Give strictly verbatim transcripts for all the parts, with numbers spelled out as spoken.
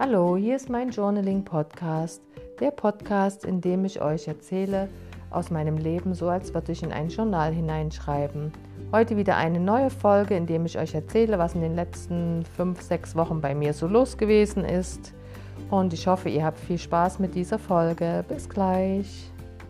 Hallo, hier ist mein Journaling-Podcast, der Podcast, in dem ich euch erzähle aus meinem Leben, so als würde ich in ein Journal hineinschreiben. Heute wieder eine neue Folge, in dem ich euch erzähle, was in den letzten fünf, sechs Wochen bei mir so los gewesen ist. Und ich hoffe, ihr habt viel Spaß mit dieser Folge. Bis gleich.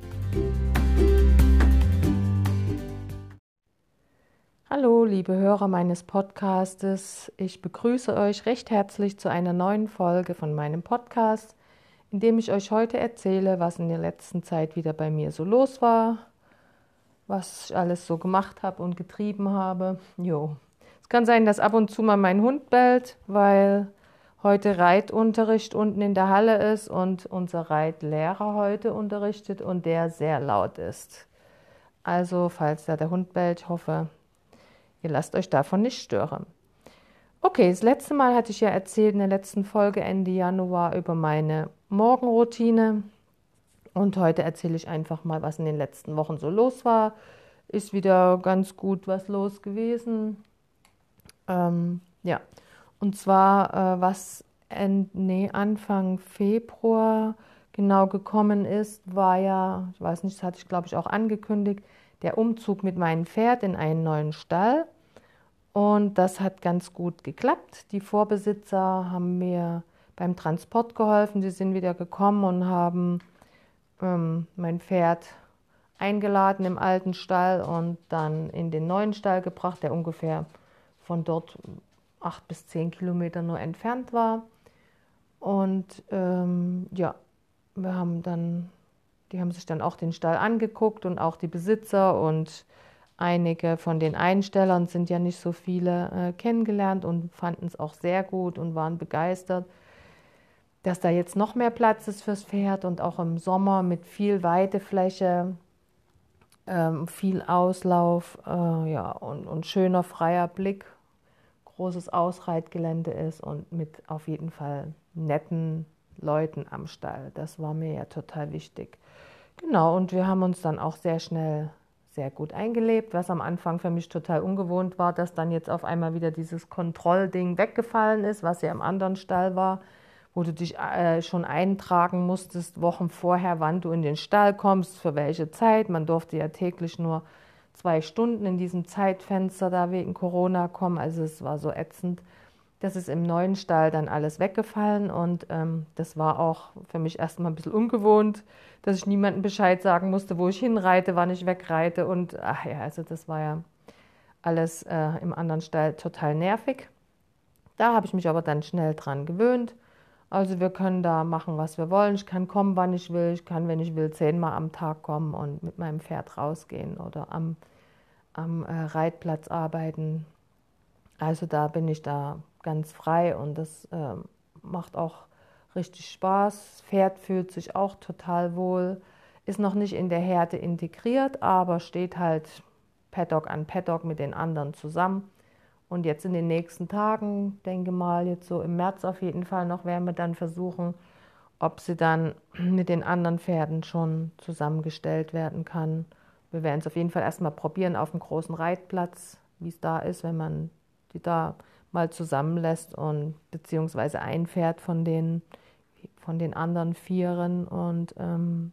Hallo, liebe Hörer meines Podcastes. Ich begrüße euch recht herzlich zu einer neuen Folge von meinem Podcast, in dem ich euch heute erzähle, was in der letzten Zeit wieder bei mir so los war, was ich alles so gemacht habe und getrieben habe. Jo. Es kann sein, dass ab und zu mal mein Hund bellt, weil heute Reitunterricht unten in der Halle ist und unser Reitlehrer heute unterrichtet und der sehr laut ist. Also, falls da der Hund bellt, ich hoffe, ihr lasst euch davon nicht stören. Okay, das letzte Mal hatte ich ja erzählt in der letzten Folge Ende Januar über meine Morgenroutine. Und heute erzähle ich einfach mal, was in den letzten Wochen so los war. Ist wieder ganz gut was los gewesen. Ähm, ja, und zwar, äh, was en, nee, Anfang Februar genau gekommen ist, war ja, ich weiß nicht, das hatte ich glaube ich auch angekündigt, der Umzug mit meinem Pferd in einen neuen Stall. Und das hat ganz gut geklappt. Die Vorbesitzer haben mir beim Transport geholfen. Sie sind wieder gekommen und haben ähm, mein Pferd eingeladen im alten Stall und dann in den neuen Stall gebracht, der ungefähr von dort acht bis zehn Kilometer nur entfernt war. Und ähm, ja, wir haben dann, die haben sich dann auch den Stall angeguckt und auch die Besitzer und einige von den Einstellern, sind ja nicht so viele, äh, kennengelernt und fanden es auch sehr gut und waren begeistert, dass da jetzt noch mehr Platz ist fürs Pferd und auch im Sommer mit viel Weidefläche, ähm, viel Auslauf, äh, ja, und, und schöner freier Blick, großes Ausreitgelände ist und mit auf jeden Fall netten Leuten am Stall. Das war mir ja total wichtig. Genau, und wir haben uns dann auch sehr schnell sehr gut eingelebt, was am Anfang für mich total ungewohnt war, dass dann jetzt auf einmal wieder dieses Kontrollding weggefallen ist, was ja im anderen Stall war, wo du dich äh, schon eintragen musstest, Wochen vorher, wann du in den Stall kommst, für welche Zeit. Man durfte ja täglich nur zwei Stunden in diesem Zeitfenster da wegen Corona kommen, also es war so ätzend. Das ist im neuen Stall dann alles weggefallen und ähm, das war auch für mich erstmal ein bisschen ungewohnt, dass ich niemandem Bescheid sagen musste, wo ich hinreite, wann ich wegreite und ach ja, also das war ja alles äh, im anderen Stall total nervig. Da habe ich mich aber dann schnell dran gewöhnt. Also wir können da machen, was wir wollen. Ich kann kommen, wann ich will. Ich kann, wenn ich will, zehnmal am Tag kommen und mit meinem Pferd rausgehen oder am, am äh, Reitplatz arbeiten. Also da bin ich da ganz frei und das äh, macht auch richtig Spaß. Das Pferd fühlt sich auch total wohl, ist noch nicht in der Herde integriert, aber steht halt Paddock an Paddock mit den anderen zusammen. Und jetzt in den nächsten Tagen, denke mal, jetzt so im März auf jeden Fall noch, werden wir dann versuchen, ob sie dann mit den anderen Pferden schon zusammengestellt werden kann. Wir werden es auf jeden Fall erstmal probieren auf dem großen Reitplatz, wie es da ist, wenn man die da mal zusammenlässt und beziehungsweise ein Pferd von den, von den anderen Vieren und ähm,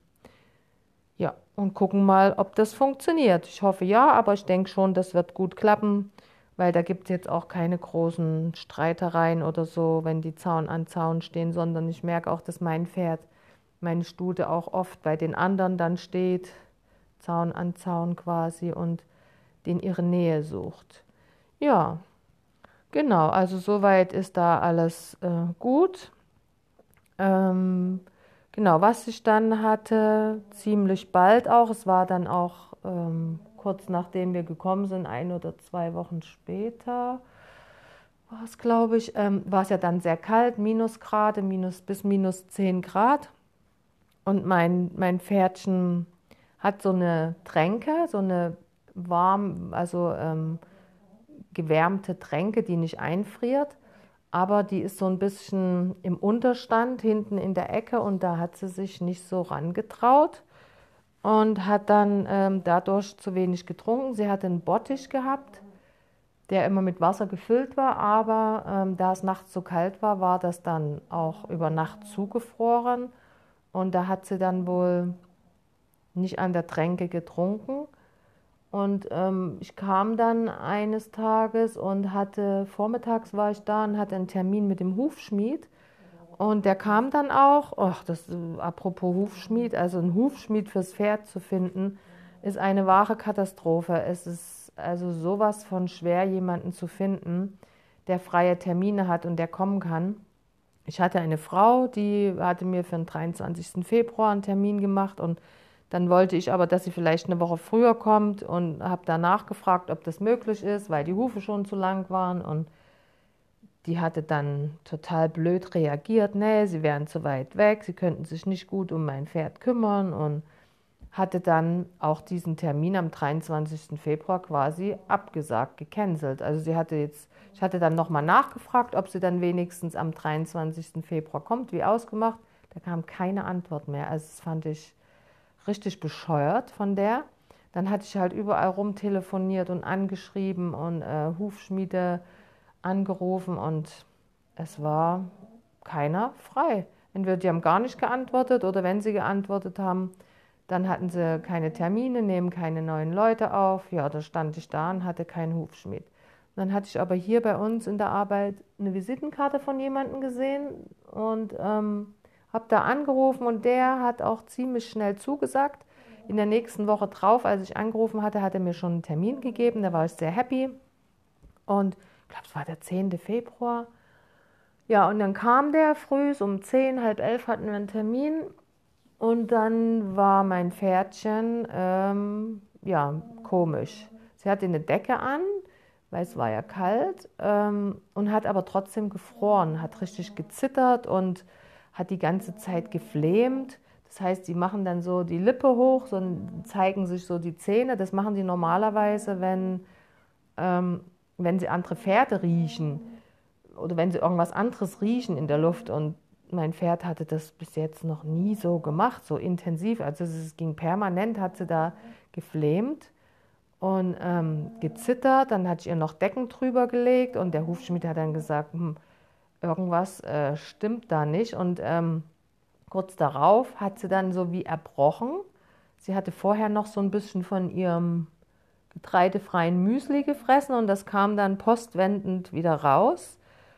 ja, und gucken mal, ob das funktioniert. Ich hoffe ja, aber ich denke schon, das wird gut klappen, weil da gibt es jetzt auch keine großen Streitereien oder so, wenn die Zaun an Zaun stehen, sondern ich merke auch, dass mein Pferd, meine Stute auch oft bei den anderen dann steht, Zaun an Zaun quasi und den ihre Nähe sucht. Ja, genau, also soweit ist da alles äh, gut. Ähm, genau, was ich dann hatte, ziemlich bald auch, es war dann auch ähm, kurz nachdem wir gekommen sind, ein oder zwei Wochen später, war es glaube ich, ähm, war es ja dann sehr kalt, Minusgrade, minus, bis minus zehn Grad. Und mein, mein Pferdchen hat so eine Tränke, so eine warm, also ähm, gewärmte Tränke, die nicht einfriert, aber die ist so ein bisschen im Unterstand, hinten in der Ecke und da hat sie sich nicht so rangetraut und hat dann ähm, dadurch zu wenig getrunken. Sie hatte einen Bottich gehabt, der immer mit Wasser gefüllt war, aber ähm, da es nachts so kalt war, war das dann auch über Nacht zugefroren und da hat sie dann wohl nicht an der Tränke getrunken. Und ähm, ich kam dann eines Tages und hatte, vormittags war ich da und hatte einen Termin mit dem Hufschmied. Und der kam dann auch, ach, das, äh, apropos Hufschmied, also ein Hufschmied fürs Pferd zu finden, ist eine wahre Katastrophe. Es ist also sowas von schwer, jemanden zu finden, der freie Termine hat und der kommen kann. Ich hatte eine Frau, die hatte mir für den dreiundzwanzigsten Februar einen Termin gemacht und dann wollte ich aber, dass sie vielleicht eine Woche früher kommt und habe danach gefragt, ob das möglich ist, weil die Hufe schon zu lang waren und die hatte dann total blöd reagiert, nee, sie wären zu weit weg, sie könnten sich nicht gut um mein Pferd kümmern und hatte dann auch diesen Termin am dreiundzwanzigsten Februar quasi abgesagt, gecancelt. Also sie hatte jetzt, ich hatte dann nochmal nachgefragt, ob sie dann wenigstens am dreiundzwanzigsten Februar kommt, wie ausgemacht. Da kam keine Antwort mehr. Also das fand ich richtig bescheuert von der. Dann hatte ich halt überall rum telefoniert und angeschrieben und äh, Hufschmiede angerufen und es war keiner frei. Entweder die haben gar nicht geantwortet oder wenn sie geantwortet haben, dann hatten sie keine Termine, nehmen keine neuen Leute auf. Ja, da stand ich da und hatte keinen Hufschmied. Dann hatte ich aber hier bei uns in der Arbeit eine Visitenkarte von jemandem gesehen und ähm, habe da angerufen und der hat auch ziemlich schnell zugesagt. In der nächsten Woche drauf, als ich angerufen hatte, hat er mir schon einen Termin gegeben. Da war ich sehr happy. Und ich glaube, es war der zehnte Februar. Ja, und dann kam der früh, um zehn, halb elf hatten wir einen Termin. Und dann war mein Pferdchen, ähm, ja, komisch. Sie hatte eine Decke an, weil es war ja kalt, ähm, und hat aber trotzdem gefroren, hat richtig gezittert und hat die ganze Zeit gefleht. Das heißt, die machen dann so die Lippe hoch, so, zeigen sich so die Zähne. Das machen die normalerweise, wenn, ähm, wenn sie andere Pferde riechen oder wenn sie irgendwas anderes riechen in der Luft. Und mein Pferd hatte das bis jetzt noch nie so gemacht, so intensiv. Also es ging permanent, hat sie da geflämt und ähm, gezittert. Dann hatte ich ihr noch Decken drüber gelegt und der Hufschmied hat dann gesagt, hm, irgendwas äh, stimmt da nicht. Und ähm, kurz darauf hat sie dann so wie erbrochen. Sie hatte vorher noch so ein bisschen von ihrem getreidefreien Müsli gefressen und das kam dann postwendend wieder raus.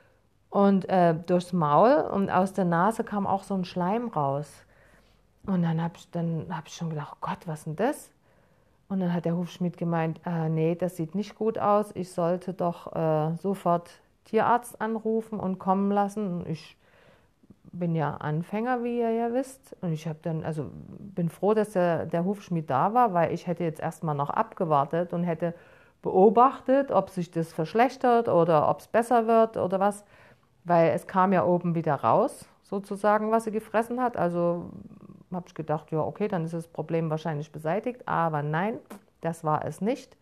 Und äh, durchs Maul und aus der Nase kam auch so ein Schleim raus. Und dann habe ich, dann hab ich schon gedacht, oh Gott, was ist denn das? Und dann hat der Hufschmied gemeint, äh, nee, das sieht nicht gut aus. Ich sollte doch äh, sofort Tierarzt anrufen und kommen lassen. Und ich bin ja Anfänger, wie ihr ja wisst. Und ich habe dann, also bin froh, dass der, der Hufschmied da war, weil ich hätte jetzt erstmal noch abgewartet und hätte beobachtet, ob sich das verschlechtert oder ob es besser wird oder was. Weil es kam ja oben wieder raus, sozusagen, was sie gefressen hat. Also habe ich gedacht, ja, okay, dann ist das Problem wahrscheinlich beseitigt. Aber nein, das war es nicht.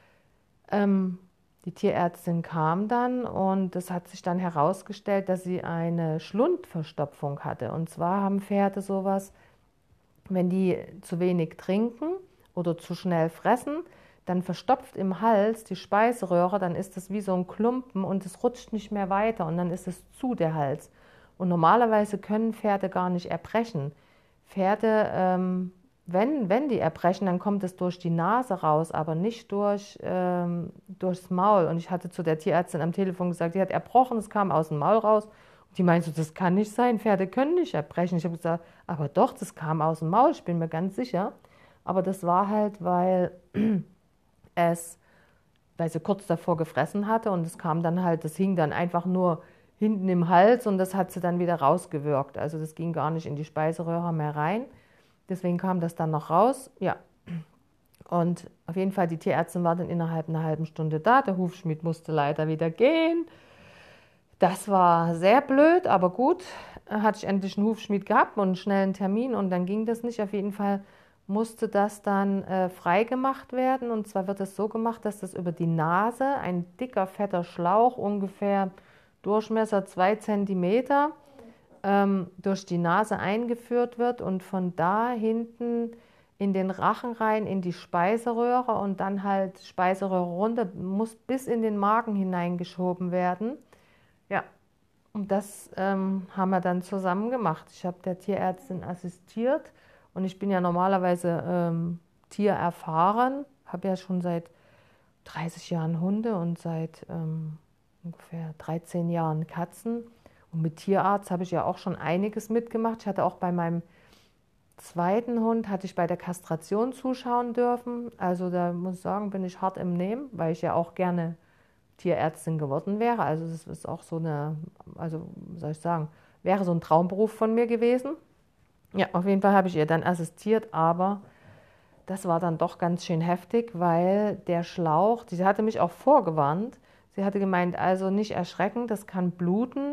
Ähm, die Tierärztin kam dann und es hat sich dann herausgestellt, dass sie eine Schlundverstopfung hatte. Und zwar haben Pferde sowas, wenn die zu wenig trinken oder zu schnell fressen, dann verstopft im Hals die Speiseröhre, dann ist das wie so ein Klumpen und es rutscht nicht mehr weiter und dann ist es zu, der Hals. Und normalerweise können Pferde gar nicht erbrechen. Pferde, ähm, wenn, wenn die erbrechen, dann kommt es durch die Nase raus, aber nicht durch, ähm, durchs Maul. Und ich hatte zu der Tierärztin am Telefon gesagt, die hat erbrochen, es kam aus dem Maul raus. Und die meinte so, das kann nicht sein, Pferde können nicht erbrechen. Ich habe gesagt, aber doch, das kam aus dem Maul, ich bin mir ganz sicher. Aber das war halt, weil es, weil sie kurz davor gefressen hatte und es kam dann halt, das hing dann einfach nur hinten im Hals und das hat sie dann wieder rausgewirkt. Also das ging gar nicht in die Speiseröhre mehr rein. Deswegen kam das dann noch raus. Ja, und auf jeden Fall, die Tierärztin war dann innerhalb einer halben Stunde da. Der Hufschmied musste leider wieder gehen. Das war sehr blöd, aber gut. Hatte ich endlich einen Hufschmied gehabt und einen schnellen Termin und dann ging das nicht. Auf jeden Fall musste das dann äh, frei gemacht werden. Und zwar wird es so gemacht, dass das über die Nase, ein dicker, fetter Schlauch, ungefähr Durchmesser zwei Zentimeter, ähm, durch die Nase eingeführt wird und von da hinten in den Rachen rein, in die Speiseröhre und dann halt Speiseröhre runter, muss bis in den Magen hineingeschoben werden. Ja, und das ähm, haben wir dann zusammen gemacht. Ich habe der Tierärztin assistiert und ich bin ja normalerweise ähm, tiererfahren, habe ja schon seit dreißig Jahren Hunde und seit ähm, ungefähr dreizehn Jahren Katzen. Und mit Tierarzt habe ich ja auch schon einiges mitgemacht. Ich hatte auch bei meinem zweiten Hund, hatte ich bei der Kastration zuschauen dürfen. Also da muss ich sagen, bin ich hart im Nehmen, weil ich ja auch gerne Tierärztin geworden wäre. Also das ist auch so eine, also wie soll ich sagen, wäre so ein Traumberuf von mir gewesen. Ja, auf jeden Fall habe ich ihr dann assistiert, aber das war dann doch ganz schön heftig, weil der Schlauch, sie hatte mich auch vorgewarnt, sie hatte gemeint, also nicht erschrecken, das kann bluten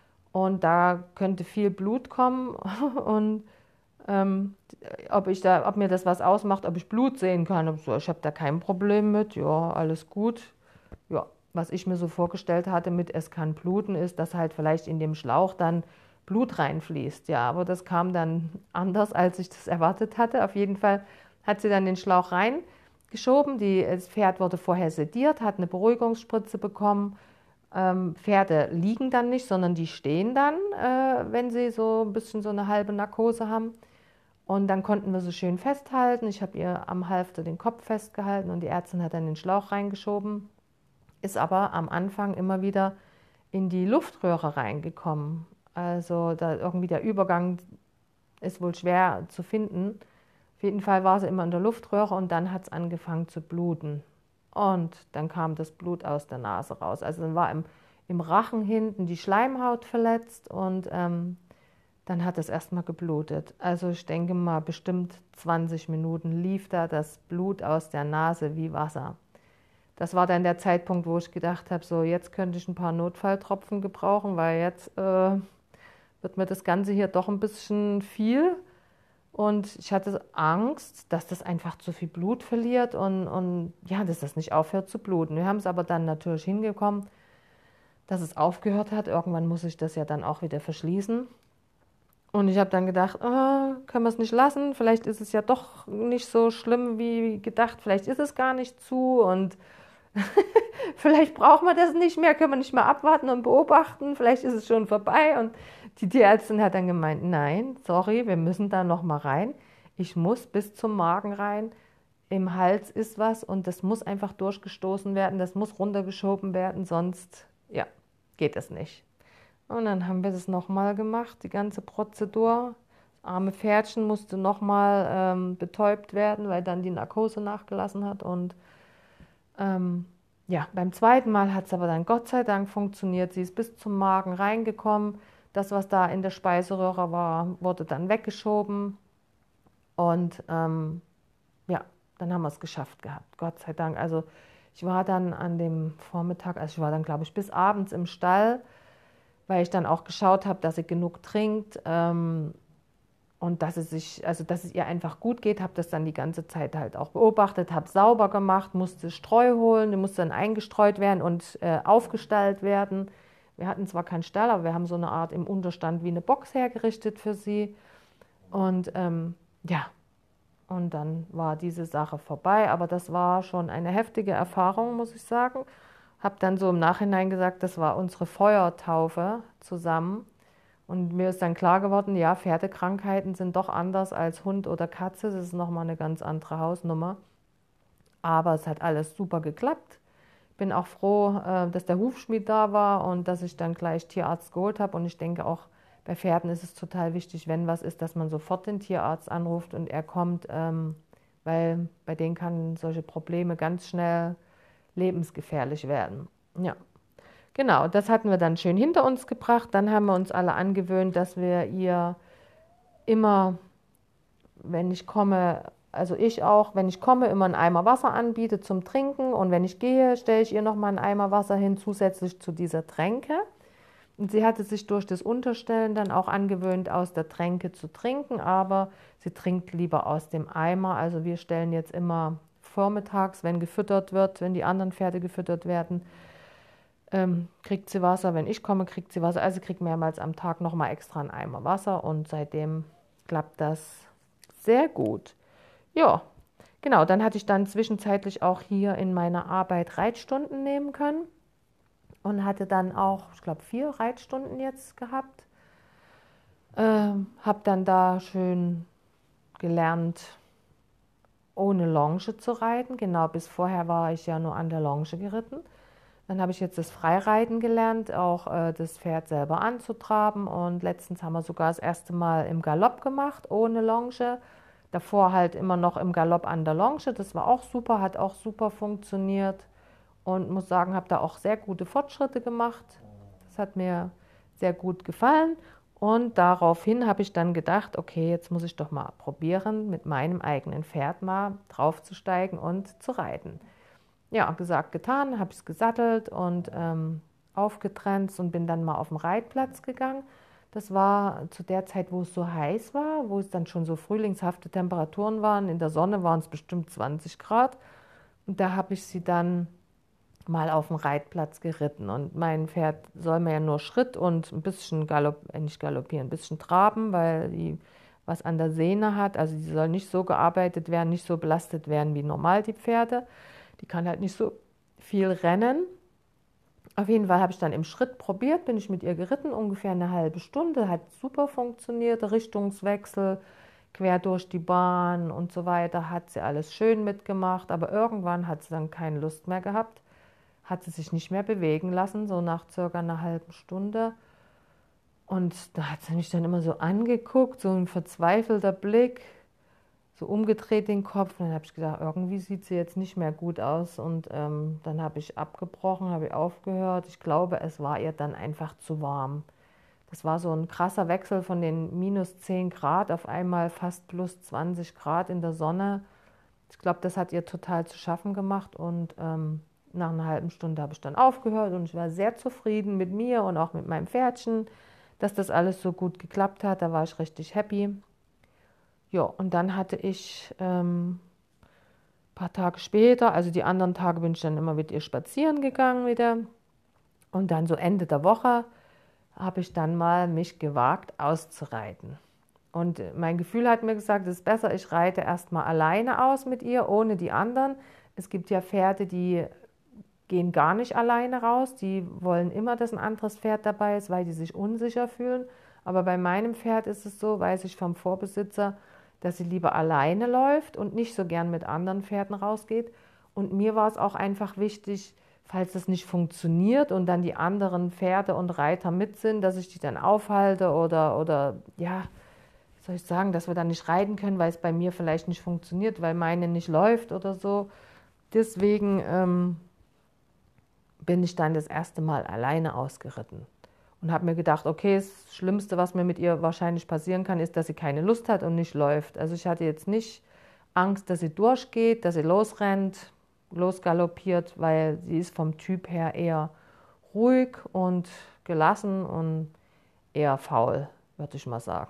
und da könnte viel Blut kommen und ähm, ob, ich da, ob mir das was ausmacht, ob ich Blut sehen kann. Und so, ich habe da kein Problem mit, ja, alles gut. Ja, was ich mir so vorgestellt hatte mit es kann bluten, ist, dass halt vielleicht in dem Schlauch dann Blut reinfließt. Ja, aber das kam dann anders, als ich das erwartet hatte. Auf jeden Fall hat sie dann den Schlauch reingeschoben. Die, das Pferd wurde vorher sediert, hat eine Beruhigungsspritze bekommen. Ähm, Pferde liegen dann nicht, sondern die stehen dann, äh, wenn sie so ein bisschen so eine halbe Narkose haben. Und dann konnten wir sie schön festhalten. Ich habe ihr am Halfter den Kopf festgehalten und die Ärztin hat dann den Schlauch reingeschoben, ist aber am Anfang immer wieder in die Luftröhre reingekommen. Also da irgendwie der Übergang ist wohl schwer zu finden. Auf jeden Fall war sie immer in der Luftröhre und dann hat es angefangen zu bluten. Und dann kam das Blut aus der Nase raus. Also dann war im, im Rachen hinten die Schleimhaut verletzt und ähm, dann hat es erstmal geblutet. Also ich denke mal, bestimmt zwanzig Minuten lief da das Blut aus der Nase wie Wasser. Das war dann der Zeitpunkt, wo ich gedacht habe, so jetzt könnte ich ein paar Notfalltropfen gebrauchen, weil jetzt äh, wird mir das Ganze hier doch ein bisschen viel. Und ich hatte Angst, dass das einfach zu viel Blut verliert und, und ja, dass das nicht aufhört zu bluten. Wir haben es aber dann natürlich hingekommen, dass es aufgehört hat. Irgendwann muss ich das ja dann auch wieder verschließen. Und ich habe dann gedacht, oh, können wir es nicht lassen? Vielleicht ist es ja doch nicht so schlimm wie gedacht. Vielleicht ist es gar nicht zu und vielleicht brauchen wir das nicht mehr, können wir nicht mehr abwarten und beobachten. Vielleicht ist es schon vorbei. Und die Tierärztin hat dann gemeint, nein, sorry, wir müssen da noch mal rein. Ich muss bis zum Magen rein. Im Hals ist was und das muss einfach durchgestoßen werden. Das muss runtergeschoben werden, sonst ja, geht es nicht. Und dann haben wir das nochmal gemacht, die ganze Prozedur. Das arme Pferdchen musste nochmal ähm, betäubt werden, weil dann die Narkose nachgelassen hat. Und ähm, ja, beim zweiten Mal hat es aber dann Gott sei Dank funktioniert. Sie ist bis zum Magen reingekommen. Das, was da in der Speiseröhre war, wurde dann weggeschoben. Und ähm, ja, dann haben wir es geschafft gehabt, Gott sei Dank. Also ich war dann an dem Vormittag, also ich war dann, glaube ich, bis abends im Stall, weil ich dann auch geschaut habe, dass sie genug trinkt ähm, und dass es sich, also dass es ihr einfach gut geht, habe das dann die ganze Zeit halt auch beobachtet, habe sauber gemacht, musste Streu holen, die musste dann eingestreut werden und äh, aufgestallt werden. Wir hatten zwar keinen Stall, aber wir haben so eine Art im Unterstand wie eine Box hergerichtet für sie. Und ähm, ja, und dann war diese Sache vorbei, aber das war schon eine heftige Erfahrung, muss ich sagen. Habe dann so im Nachhinein gesagt, das war unsere Feuertaufe zusammen. Und mir ist dann klar geworden, ja, Pferdekrankheiten sind doch anders als Hund oder Katze. Das ist nochmal eine ganz andere Hausnummer. Aber es hat alles super geklappt. Bin auch froh, äh, dass der Hufschmied da war und dass ich dann gleich Tierarzt geholt habe. Und ich denke auch, bei Pferden ist es total wichtig, wenn was ist, dass man sofort den Tierarzt anruft und er kommt, ähm, weil bei denen kann solche Probleme ganz schnell lebensgefährlich werden. Ja, genau, das hatten wir dann schön hinter uns gebracht. Dann haben wir uns alle angewöhnt, dass wir ihr immer, wenn ich komme, also ich auch, wenn ich komme, immer einen Eimer Wasser anbiete zum Trinken und wenn ich gehe, stelle ich ihr nochmal einen Eimer Wasser hin, zusätzlich zu dieser Tränke. Und sie hatte sich durch das Unterstellen dann auch angewöhnt, aus der Tränke zu trinken, aber sie trinkt lieber aus dem Eimer. Also wir stellen jetzt immer vormittags, wenn gefüttert wird, wenn die anderen Pferde gefüttert werden, ähm, kriegt sie Wasser. Wenn ich komme, kriegt sie Wasser. Also sie kriegt mehrmals am Tag nochmal extra einen Eimer Wasser und seitdem klappt das sehr gut. Ja, genau, dann hatte ich dann zwischenzeitlich auch hier in meiner Arbeit Reitstunden nehmen können und hatte dann auch, ich glaube, vier Reitstunden jetzt gehabt. Ähm, habe dann da schön gelernt, ohne Longe zu reiten. Genau, bis vorher war ich ja nur an der Longe geritten. Dann habe ich jetzt das Freireiten gelernt, auch äh, das Pferd selber anzutraben. Und letztens haben wir sogar das erste Mal im Galopp gemacht, ohne Longe. Davor halt immer noch im Galopp an der Longe. Das war auch super, hat auch super funktioniert. Und muss sagen, habe da auch sehr gute Fortschritte gemacht. Das hat mir sehr gut gefallen. Und daraufhin habe ich dann gedacht, okay, jetzt muss ich doch mal probieren, mit meinem eigenen Pferd mal draufzusteigen und zu reiten. Ja, gesagt, getan, habe ich es gesattelt und ähm, aufgetrennt und bin dann mal auf den Reitplatz gegangen. Das war zu der Zeit, wo es so heiß war, wo es dann schon so frühlingshafte Temperaturen waren. In der Sonne waren es bestimmt zwanzig Grad. Und da habe ich sie dann mal auf dem Reitplatz geritten. Und mein Pferd soll mir ja nur Schritt und ein bisschen galopp, äh, nicht galoppieren, ein bisschen traben, weil die was an der Sehne hat. Also die soll nicht so gearbeitet werden, nicht so belastet werden wie normal die Pferde. Die kann halt nicht so viel rennen. Auf jeden Fall habe ich dann im Schritt probiert, bin ich mit ihr geritten, ungefähr eine halbe Stunde, hat super funktioniert, der Richtungswechsel, quer durch die Bahn und so weiter, hat sie alles schön mitgemacht, aber irgendwann hat sie dann keine Lust mehr gehabt, hat sie sich nicht mehr bewegen lassen, so nach circa einer halben Stunde. Und da hat sie mich dann immer so angeguckt, so ein verzweifelter Blick, so umgedreht den Kopf. Und dann habe ich gedacht, irgendwie sieht sie jetzt nicht mehr gut aus. Und ähm, dann habe ich abgebrochen, habe ich aufgehört. Ich glaube, es war ihr dann einfach zu warm. Das war so ein krasser Wechsel von den minus zehn Grad auf einmal fast plus zwanzig Grad in der Sonne. Ich glaube, das hat ihr total zu schaffen gemacht. Und ähm, nach einer halben Stunde habe ich dann aufgehört und ich war sehr zufrieden mit mir und auch mit meinem Pferdchen, dass das alles so gut geklappt hat. Da war ich richtig happy. Ja, und dann hatte ich ähm, ein paar Tage später, also die anderen Tage bin ich dann immer mit ihr spazieren gegangen wieder. Und dann so Ende der Woche habe ich dann mal mich gewagt auszureiten. Und mein Gefühl hat mir gesagt, es ist besser, ich reite erstmal alleine aus mit ihr, ohne die anderen. Es gibt ja Pferde, die gehen gar nicht alleine raus, die wollen immer, dass ein anderes Pferd dabei ist, weil die sich unsicher fühlen. Aber bei meinem Pferd ist es so, weiß ich vom Vorbesitzer, dass sie lieber alleine läuft und nicht so gern mit anderen Pferden rausgeht. Und mir war es auch einfach wichtig, falls das nicht funktioniert und dann die anderen Pferde und Reiter mit sind, dass ich die dann aufhalte oder, oder ja, wie soll ich sagen, dass wir dann nicht reiten können, weil es bei mir vielleicht nicht funktioniert, weil meine nicht läuft oder so. Deswegen ähm, bin ich dann das erste Mal alleine ausgeritten und habe mir gedacht, okay, das Schlimmste, was mir mit ihr wahrscheinlich passieren kann, ist, dass sie keine Lust hat und nicht läuft. Also ich hatte jetzt nicht Angst, dass sie durchgeht, dass sie losrennt, losgaloppiert, weil sie ist vom Typ her eher ruhig und gelassen und eher faul, würde ich mal sagen.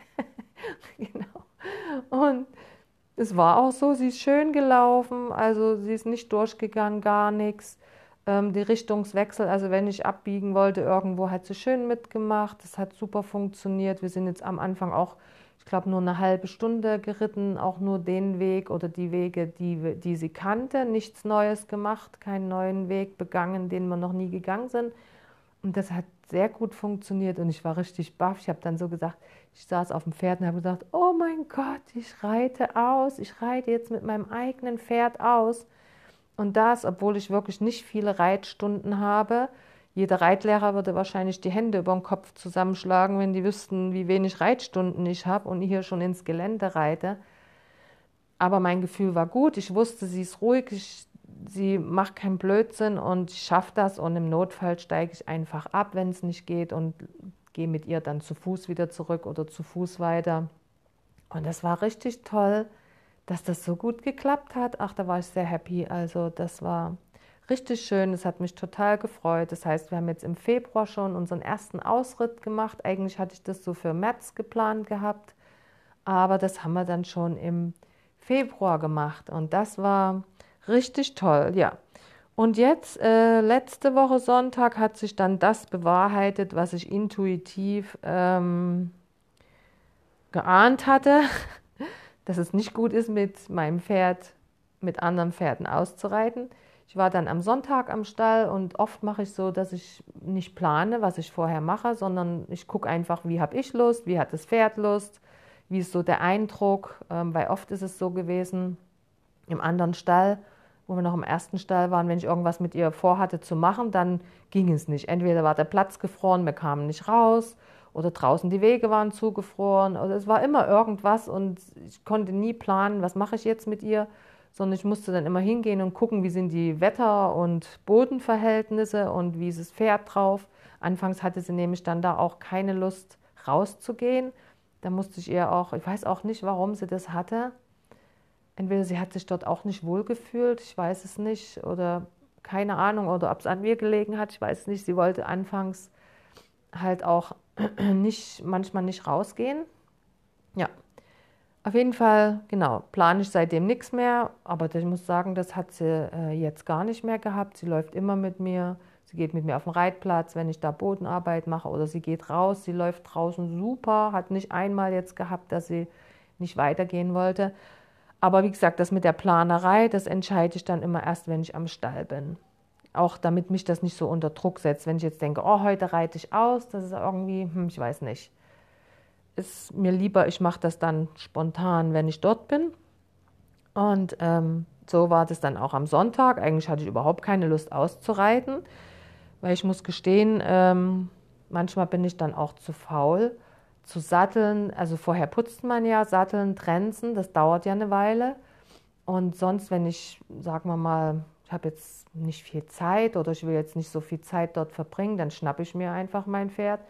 Genau. Und es war auch so, sie ist schön gelaufen, also sie ist nicht durchgegangen, gar nichts. Ähm, die Richtungswechsel, also wenn ich abbiegen wollte irgendwo, hat sie schön mitgemacht. Das hat super funktioniert. Wir sind jetzt am Anfang auch, ich glaube, nur eine halbe Stunde geritten, auch nur den Weg oder die Wege, die, die sie kannte. Nichts Neues gemacht, keinen neuen Weg begangen, den wir noch nie gegangen sind. Und das hat sehr gut funktioniert und ich war richtig baff. Ich habe dann so gesagt, ich saß auf dem Pferd und habe gesagt, oh mein Gott, ich reite aus, ich reite jetzt mit meinem eigenen Pferd aus. Und das, obwohl ich wirklich nicht viele Reitstunden habe. Jeder Reitlehrer würde wahrscheinlich die Hände über den Kopf zusammenschlagen, wenn die wüssten, wie wenig Reitstunden ich habe und hier schon ins Gelände reite. Aber mein Gefühl war gut. Ich wusste, sie ist ruhig, ich, sie macht keinen Blödsinn und ich schaffe das. Und im Notfall steige ich einfach ab, wenn es nicht geht und gehe mit ihr dann zu Fuß wieder zurück oder zu Fuß weiter. Und das war richtig toll, dass das so gut geklappt hat. Ach, da war ich sehr happy. Also das war richtig schön. Es hat mich total gefreut. Das heißt, wir haben jetzt im Februar schon unseren ersten Ausritt gemacht. Eigentlich hatte ich das so für März geplant gehabt. Aber das haben wir dann schon im Februar gemacht. Und das war richtig toll, ja. Und jetzt, äh, letzte Woche Sonntag, hat sich dann das bewahrheitet, was ich intuitiv ähm, geahnt hatte. dass es nicht gut ist, mit meinem Pferd, mit anderen Pferden auszureiten. Ich war dann am Sonntag am Stall und oft mache ich so, dass ich nicht plane, was ich vorher mache, sondern ich gucke einfach, wie habe ich Lust, wie hat das Pferd Lust, wie ist so der Eindruck, ähm, weil oft ist es so gewesen, im anderen Stall, wo wir noch im ersten Stall waren, wenn ich irgendwas mit ihr vorhatte zu machen, dann ging es nicht. Entweder war der Platz gefroren, wir kamen nicht raus, oder draußen die Wege waren zugefroren, oder es war immer irgendwas und ich konnte nie planen, was mache ich jetzt mit ihr, sondern ich musste dann immer hingehen und gucken, wie sind die Wetter- und Bodenverhältnisse und wie ist das Pferd drauf. Anfangs hatte sie nämlich dann da auch keine Lust rauszugehen. Da musste ich ihr auch, ich weiß auch nicht, warum sie das hatte. Entweder sie hat sich dort auch nicht wohlgefühlt, ich weiß es nicht, oder keine Ahnung, oder ob es an mir gelegen hat, ich weiß es nicht. Sie wollte anfangs halt auch nicht, manchmal nicht rausgehen. Ja, auf jeden Fall, genau, plane ich seitdem nichts mehr, aber ich muss sagen, das hat sie äh, jetzt gar nicht mehr gehabt. Sie läuft immer mit mir, sie geht mit mir auf den Reitplatz, wenn ich da Bodenarbeit mache, oder sie geht raus, sie läuft draußen super, hat nicht einmal jetzt gehabt, dass sie nicht weitergehen wollte. Aber wie gesagt, das mit der Planerei, das entscheide ich dann immer erst, wenn ich am Stall bin. Auch damit mich das nicht so unter Druck setzt, wenn ich jetzt denke, oh, heute reite ich aus, das ist irgendwie, hm, ich weiß nicht. Ist mir lieber, ich mache das dann spontan, wenn ich dort bin. Und ähm, so war das dann auch am Sonntag. Eigentlich hatte ich überhaupt keine Lust auszureiten, weil ich muss gestehen, ähm, manchmal bin ich dann auch zu faul zu satteln. Also vorher putzt man ja, satteln, trenzen, das dauert ja eine Weile. Und sonst, wenn ich, sagen wir mal, ich habe jetzt nicht viel Zeit oder ich will jetzt nicht so viel Zeit dort verbringen, dann schnappe ich mir einfach mein Pferd,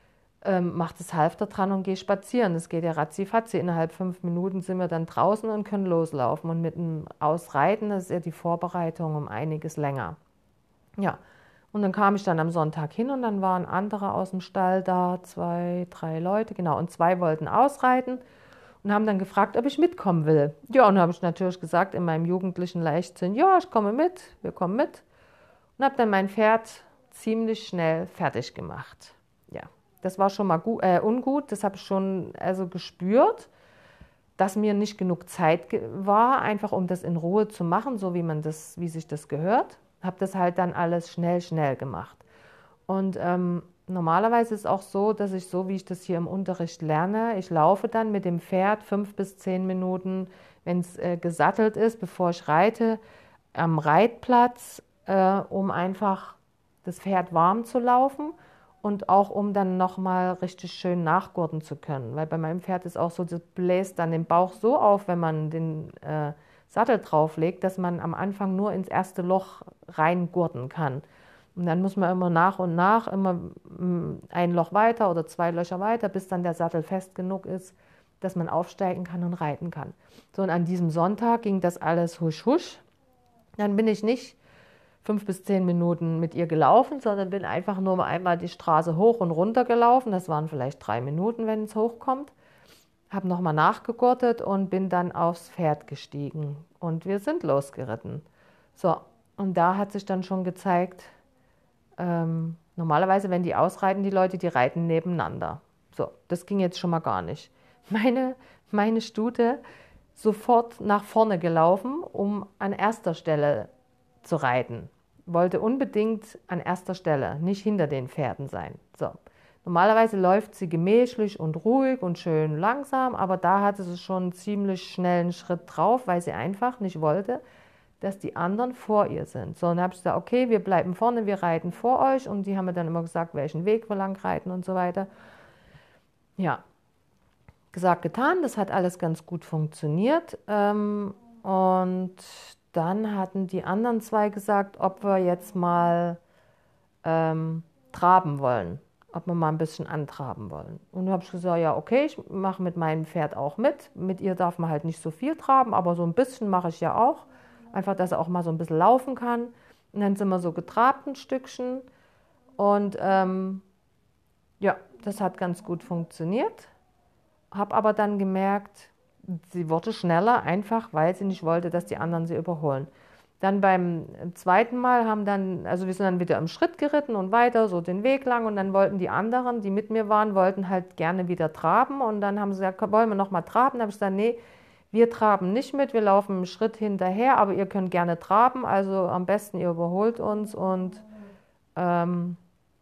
ähm, mache das Halfter dran und gehe spazieren. Das geht ja ratzi-fatzi. Innerhalb fünf Minuten sind wir dann draußen und können loslaufen. Und mit dem Ausreiten, das ist ja die Vorbereitung um einiges länger. Ja, und dann kam ich dann am Sonntag hin und dann waren andere aus dem Stall da, zwei, drei Leute, genau, und zwei wollten ausreiten und haben dann gefragt, ob ich mitkommen will. Ja, und dann habe ich natürlich gesagt, in meinem jugendlichen Leichtsinn, ja, ich komme mit, wir kommen mit. Und habe dann mein Pferd ziemlich schnell fertig gemacht. Ja, das war schon mal gut, äh, ungut, das habe ich schon also gespürt, dass mir nicht genug Zeit war, einfach um das in Ruhe zu machen, so wie man das, wie sich das gehört. Habe das halt dann alles schnell, schnell gemacht. Und ähm, normalerweise ist es auch so, dass ich so, wie ich das hier im Unterricht lerne, ich laufe dann mit dem Pferd fünf bis zehn Minuten, wenn es äh, gesattelt ist, bevor ich reite, am Reitplatz, äh, um einfach das Pferd warm zu laufen und auch um dann nochmal richtig schön nachgurten zu können. Weil bei meinem Pferd ist auch so, das bläst dann den Bauch so auf, wenn man den äh, Sattel drauflegt, dass man am Anfang nur ins erste Loch reingurten kann. Und dann muss man immer nach und nach, immer ein Loch weiter oder zwei Löcher weiter, bis dann der Sattel fest genug ist, dass man aufsteigen kann und reiten kann. So, und an diesem Sonntag ging das alles husch husch. Dann bin ich nicht fünf bis zehn Minuten mit ihr gelaufen, sondern bin einfach nur einmal die Straße hoch und runter gelaufen. Das waren vielleicht drei Minuten, wenn es hochkommt. Habe nochmal nachgegurtet und bin dann aufs Pferd gestiegen. Und wir sind losgeritten. So, und da hat sich dann schon gezeigt, ähm, normalerweise, wenn die ausreiten, die Leute, die reiten nebeneinander. So, das ging jetzt schon mal gar nicht. Meine, meine Stute sofort nach vorne gelaufen, um an erster Stelle zu reiten. Wollte unbedingt an erster Stelle, nicht hinter den Pferden sein. So. Normalerweise läuft sie gemächlich und ruhig und schön langsam, aber da hatte sie schon einen ziemlich schnellen Schritt drauf, weil sie einfach nicht wollte, dass die anderen vor ihr sind. So, und dann habe ich gesagt, okay, wir bleiben vorne, wir reiten vor euch. Und die haben mir dann immer gesagt, welchen Weg wir lang reiten und so weiter. Ja, gesagt, getan, das hat alles ganz gut funktioniert. Ähm, und dann hatten die anderen zwei gesagt, ob wir jetzt mal ähm, traben wollen, ob wir mal ein bisschen antraben wollen. Und dann habe ich gesagt, ja, okay, ich mache mit meinem Pferd auch mit. Mit ihr darf man halt nicht so viel traben, aber so ein bisschen mache ich ja auch. Einfach, dass er auch mal so ein bisschen laufen kann. Und dann sind wir so getrabt ein Stückchen. Und ähm, ja, das hat ganz gut funktioniert. Habe aber dann gemerkt, sie wurde schneller, einfach weil sie nicht wollte, dass die anderen sie überholen. Dann beim zweiten Mal haben dann, also wir sind dann wieder im Schritt geritten und weiter, so den Weg lang. Und dann wollten die anderen, die mit mir waren, wollten halt gerne wieder traben. Und dann haben sie gesagt, wollen wir noch mal traben? Dann habe ich gesagt, nee, Wir traben nicht mit, wir laufen einen Schritt hinterher, aber ihr könnt gerne traben, also am besten ihr überholt uns und, ähm,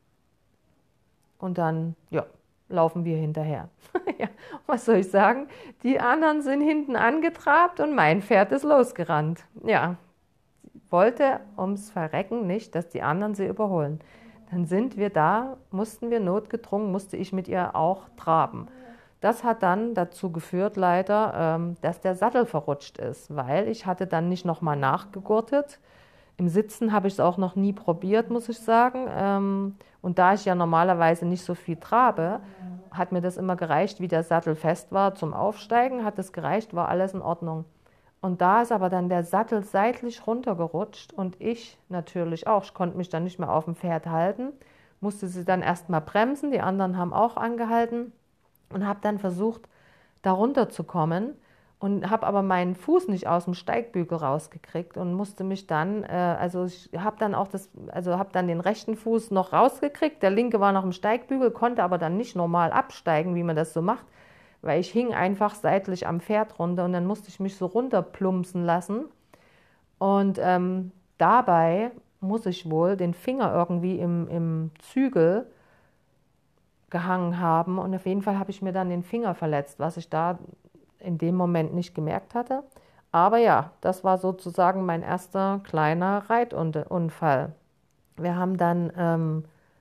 und dann, ja, laufen wir hinterher. Ja, was soll ich sagen? Die anderen sind hinten angetrabt und mein Pferd ist losgerannt. Ja, wollte ums Verrecken nicht, dass die anderen sie überholen. Dann sind wir da, mussten wir notgedrungen, musste ich mit ihr auch traben. Das hat dann dazu geführt, leider, ähm, dass der Sattel verrutscht ist, weil ich hatte dann nicht nochmal nachgegurtet. Im Sitzen habe ich es auch noch nie probiert, muss ich sagen. Ähm, und da ich ja normalerweise nicht so viel trabe, hat mir das immer gereicht, wie der Sattel fest war zum Aufsteigen, hat es gereicht, war alles in Ordnung. Und da ist aber dann der Sattel seitlich runtergerutscht und ich natürlich auch. Ich konnte mich dann nicht mehr auf dem Pferd halten, musste sie dann erstmal bremsen, die anderen haben auch angehalten und habe dann versucht, da runterzukommen und habe aber meinen Fuß nicht aus dem Steigbügel rausgekriegt und musste mich dann, äh, also ich habe dann auch das, also habe dann den rechten Fuß noch rausgekriegt, der linke war noch im Steigbügel, konnte aber dann nicht normal absteigen, wie man das so macht, weil ich hing einfach seitlich am Pferd runter und dann musste ich mich so runterplumpsen lassen. Und ähm, dabei muss ich wohl den Finger irgendwie im, im Zügel gehangen haben und auf jeden Fall habe ich mir dann den Finger verletzt, was ich da in dem Moment nicht gemerkt hatte. Aber ja, das war sozusagen mein erster kleiner Reitunfall. Wir haben dann ähm,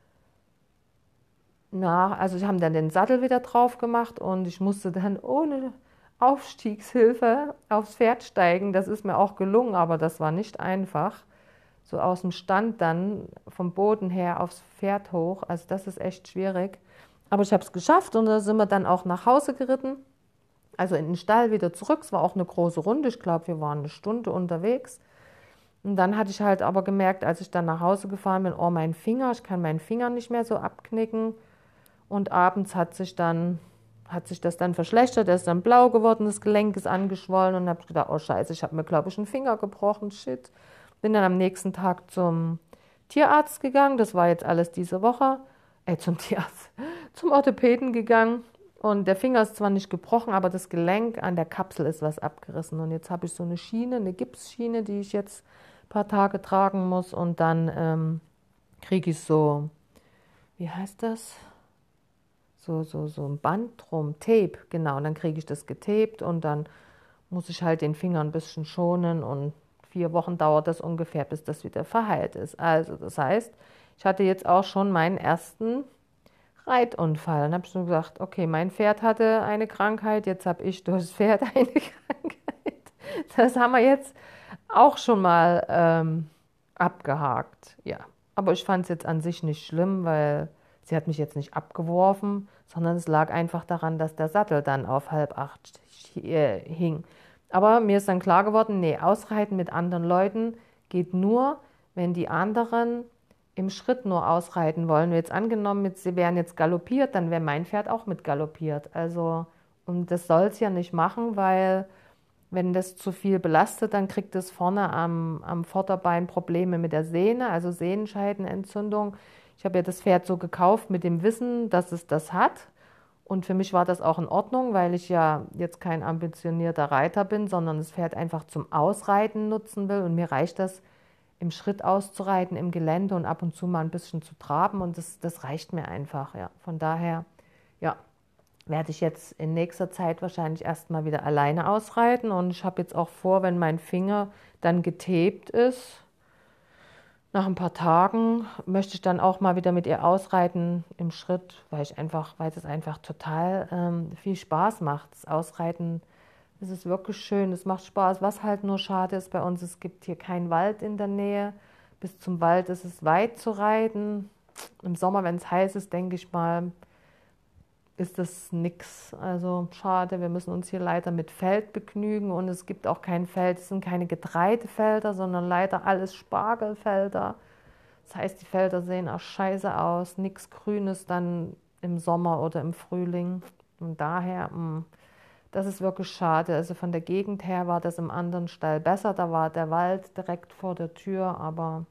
nach, also ich haben dann den Sattel wieder drauf gemacht und ich musste dann ohne Aufstiegshilfe aufs Pferd steigen. Das ist mir auch gelungen, aber das war nicht einfach. So aus dem Stand dann vom Boden her aufs Pferd hoch. Also das ist echt schwierig. Aber ich habe es geschafft und da sind wir dann auch nach Hause geritten. Also in den Stall wieder zurück. Es war auch eine große Runde. Ich glaube, wir waren eine Stunde unterwegs. Und dann hatte ich halt aber gemerkt, als ich dann nach Hause gefahren bin, oh, mein Finger, ich kann meinen Finger nicht mehr so abknicken. Und abends hat sich dann, hat sich das dann verschlechtert, er ist dann blau geworden, das Gelenk ist angeschwollen und habe gedacht, oh Scheiße, ich habe mir, glaube ich, einen Finger gebrochen, shit. Bin dann am nächsten Tag zum Tierarzt gegangen, das war jetzt alles diese Woche, äh, zum Tierarzt, zum Orthopäden gegangen und der Finger ist zwar nicht gebrochen, aber das Gelenk an der Kapsel ist was abgerissen und jetzt habe ich so eine Schiene, eine Gipsschiene, die ich jetzt ein paar Tage tragen muss und dann ähm, kriege ich so, wie heißt das? So, so, so ein Band drum, Tape, genau. Und dann kriege ich das getaped und dann muss ich halt den Finger ein bisschen schonen und vier Wochen dauert das ungefähr, bis das wieder verheilt ist. Also das heißt, ich hatte jetzt auch schon meinen ersten Reitunfall. Dann habe ich so gesagt, okay, mein Pferd hatte eine Krankheit, jetzt habe ich durchs Pferd eine Krankheit. Das haben wir jetzt auch schon mal ähm, abgehakt, ja. Aber ich fand es jetzt an sich nicht schlimm, weil sie hat mich jetzt nicht abgeworfen, sondern es lag einfach daran, dass der Sattel dann auf halb acht äh, hing. Aber mir ist dann klar geworden, nee, ausreiten mit anderen Leuten geht nur, wenn die anderen im Schritt nur ausreiten wollen. Jetzt angenommen, jetzt, sie wären jetzt galoppiert, dann wäre mein Pferd auch mit galoppiert. Also, und das soll es ja nicht machen, weil wenn das zu viel belastet, dann kriegt es vorne am, am Vorderbein Probleme mit der Sehne, also Sehenscheidenentzündung. Ich habe ja das Pferd so gekauft mit dem Wissen, dass es das hat. Und für mich war das auch in Ordnung, weil ich ja jetzt kein ambitionierter Reiter bin, sondern das Pferd einfach zum Ausreiten nutzen will. Und mir reicht das, im Schritt auszureiten, im Gelände und ab und zu mal ein bisschen zu traben. Und das, das reicht mir einfach. Ja. Von daher, ja, werde ich jetzt in nächster Zeit wahrscheinlich erstmal wieder alleine ausreiten. Und ich habe jetzt auch vor, wenn mein Finger dann getaped ist, nach ein paar Tagen möchte ich dann auch mal wieder mit ihr ausreiten im Schritt, weil ich einfach, weil es einfach total ähm, viel Spaß macht. Das Ausreiten, das ist wirklich schön, es macht Spaß. Was halt nur schade ist bei uns, es gibt hier keinen Wald in der Nähe. Bis zum Wald ist es weit zu reiten. Im Sommer, wenn es heiß ist, denke ich mal, ist das nix. Also schade, wir müssen uns hier leider mit Feld begnügen und es gibt auch kein Feld, es sind keine Getreidefelder, sondern leider alles Spargelfelder. Das heißt, die Felder sehen auch scheiße aus, nichts Grünes dann im Sommer oder im Frühling. Und daher, mh, das ist wirklich schade. Also von der Gegend her war das im anderen Stall besser, da war der Wald direkt vor der Tür, aber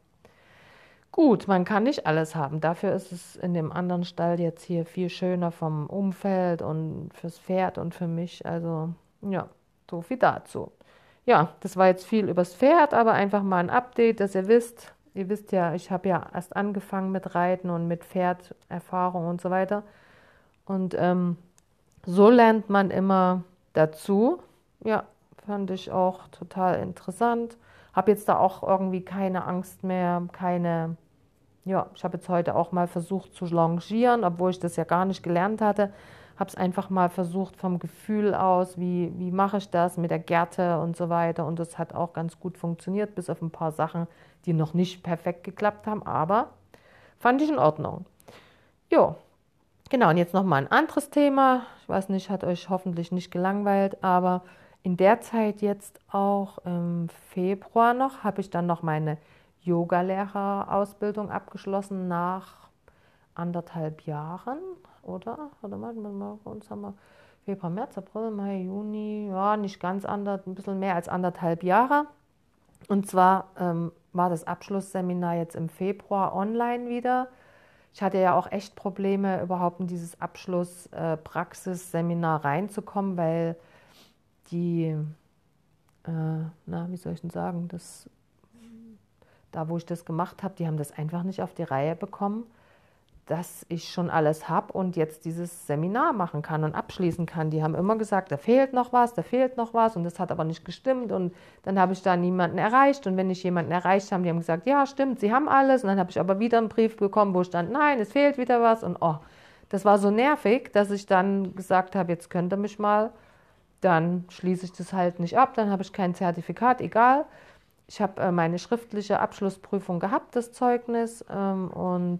gut, man kann nicht alles haben. Dafür ist es in dem anderen Stall jetzt hier viel schöner vom Umfeld und fürs Pferd und für mich. Also, ja. so viel dazu. Ja, das war jetzt viel übers Pferd, aber einfach mal ein Update, dass ihr wisst, ihr wisst ja, ich habe ja erst angefangen mit Reiten und mit Pferderfahrung und so weiter. Und ähm, so lernt man immer dazu. Ja, fand ich auch total interessant. Habe jetzt da auch irgendwie keine Angst mehr, keine, ja, ich habe jetzt heute auch mal versucht zu longieren, obwohl ich das ja gar nicht gelernt hatte. Habe es einfach mal versucht vom Gefühl aus, wie, wie mache ich das mit der Gerte und so weiter. Und das hat auch ganz gut funktioniert, bis auf ein paar Sachen, die noch nicht perfekt geklappt haben, aber fand ich in Ordnung. Jo, genau, und jetzt nochmal ein anderes Thema. Ich weiß nicht, hat euch hoffentlich nicht gelangweilt, aber in der Zeit jetzt auch im Februar noch, habe ich dann noch meine Yogalehrerausbildung abgeschlossen nach anderthalb Jahren, oder? Warte mal, mal uns haben wir Februar, März, April, Mai, Juni, ja, nicht ganz ander, ein bisschen mehr als anderthalb Jahre. Und zwar ähm, war das Abschlussseminar jetzt im Februar online wieder. Ich hatte ja auch echt Probleme, überhaupt in dieses Abschluss-Praxisseminar äh, reinzukommen, weil die, äh, na, wie soll ich denn sagen, das, da wo ich das gemacht habe, die haben das einfach nicht auf die Reihe bekommen, dass ich schon alles habe und jetzt dieses Seminar machen kann und abschließen kann. Die haben immer gesagt, da fehlt noch was, da fehlt noch was und das hat aber nicht gestimmt und dann habe ich da niemanden erreicht und wenn ich jemanden erreicht habe, die haben gesagt, ja stimmt, sie haben alles und dann habe ich aber wieder einen Brief bekommen, wo stand, nein, es fehlt wieder was und oh, das war so nervig, dass ich dann gesagt habe, jetzt könnt ihr mich mal, dann schließe ich das halt nicht ab, dann habe ich kein Zertifikat, egal. Ich habe äh, meine schriftliche Abschlussprüfung gehabt, das Zeugnis ähm, und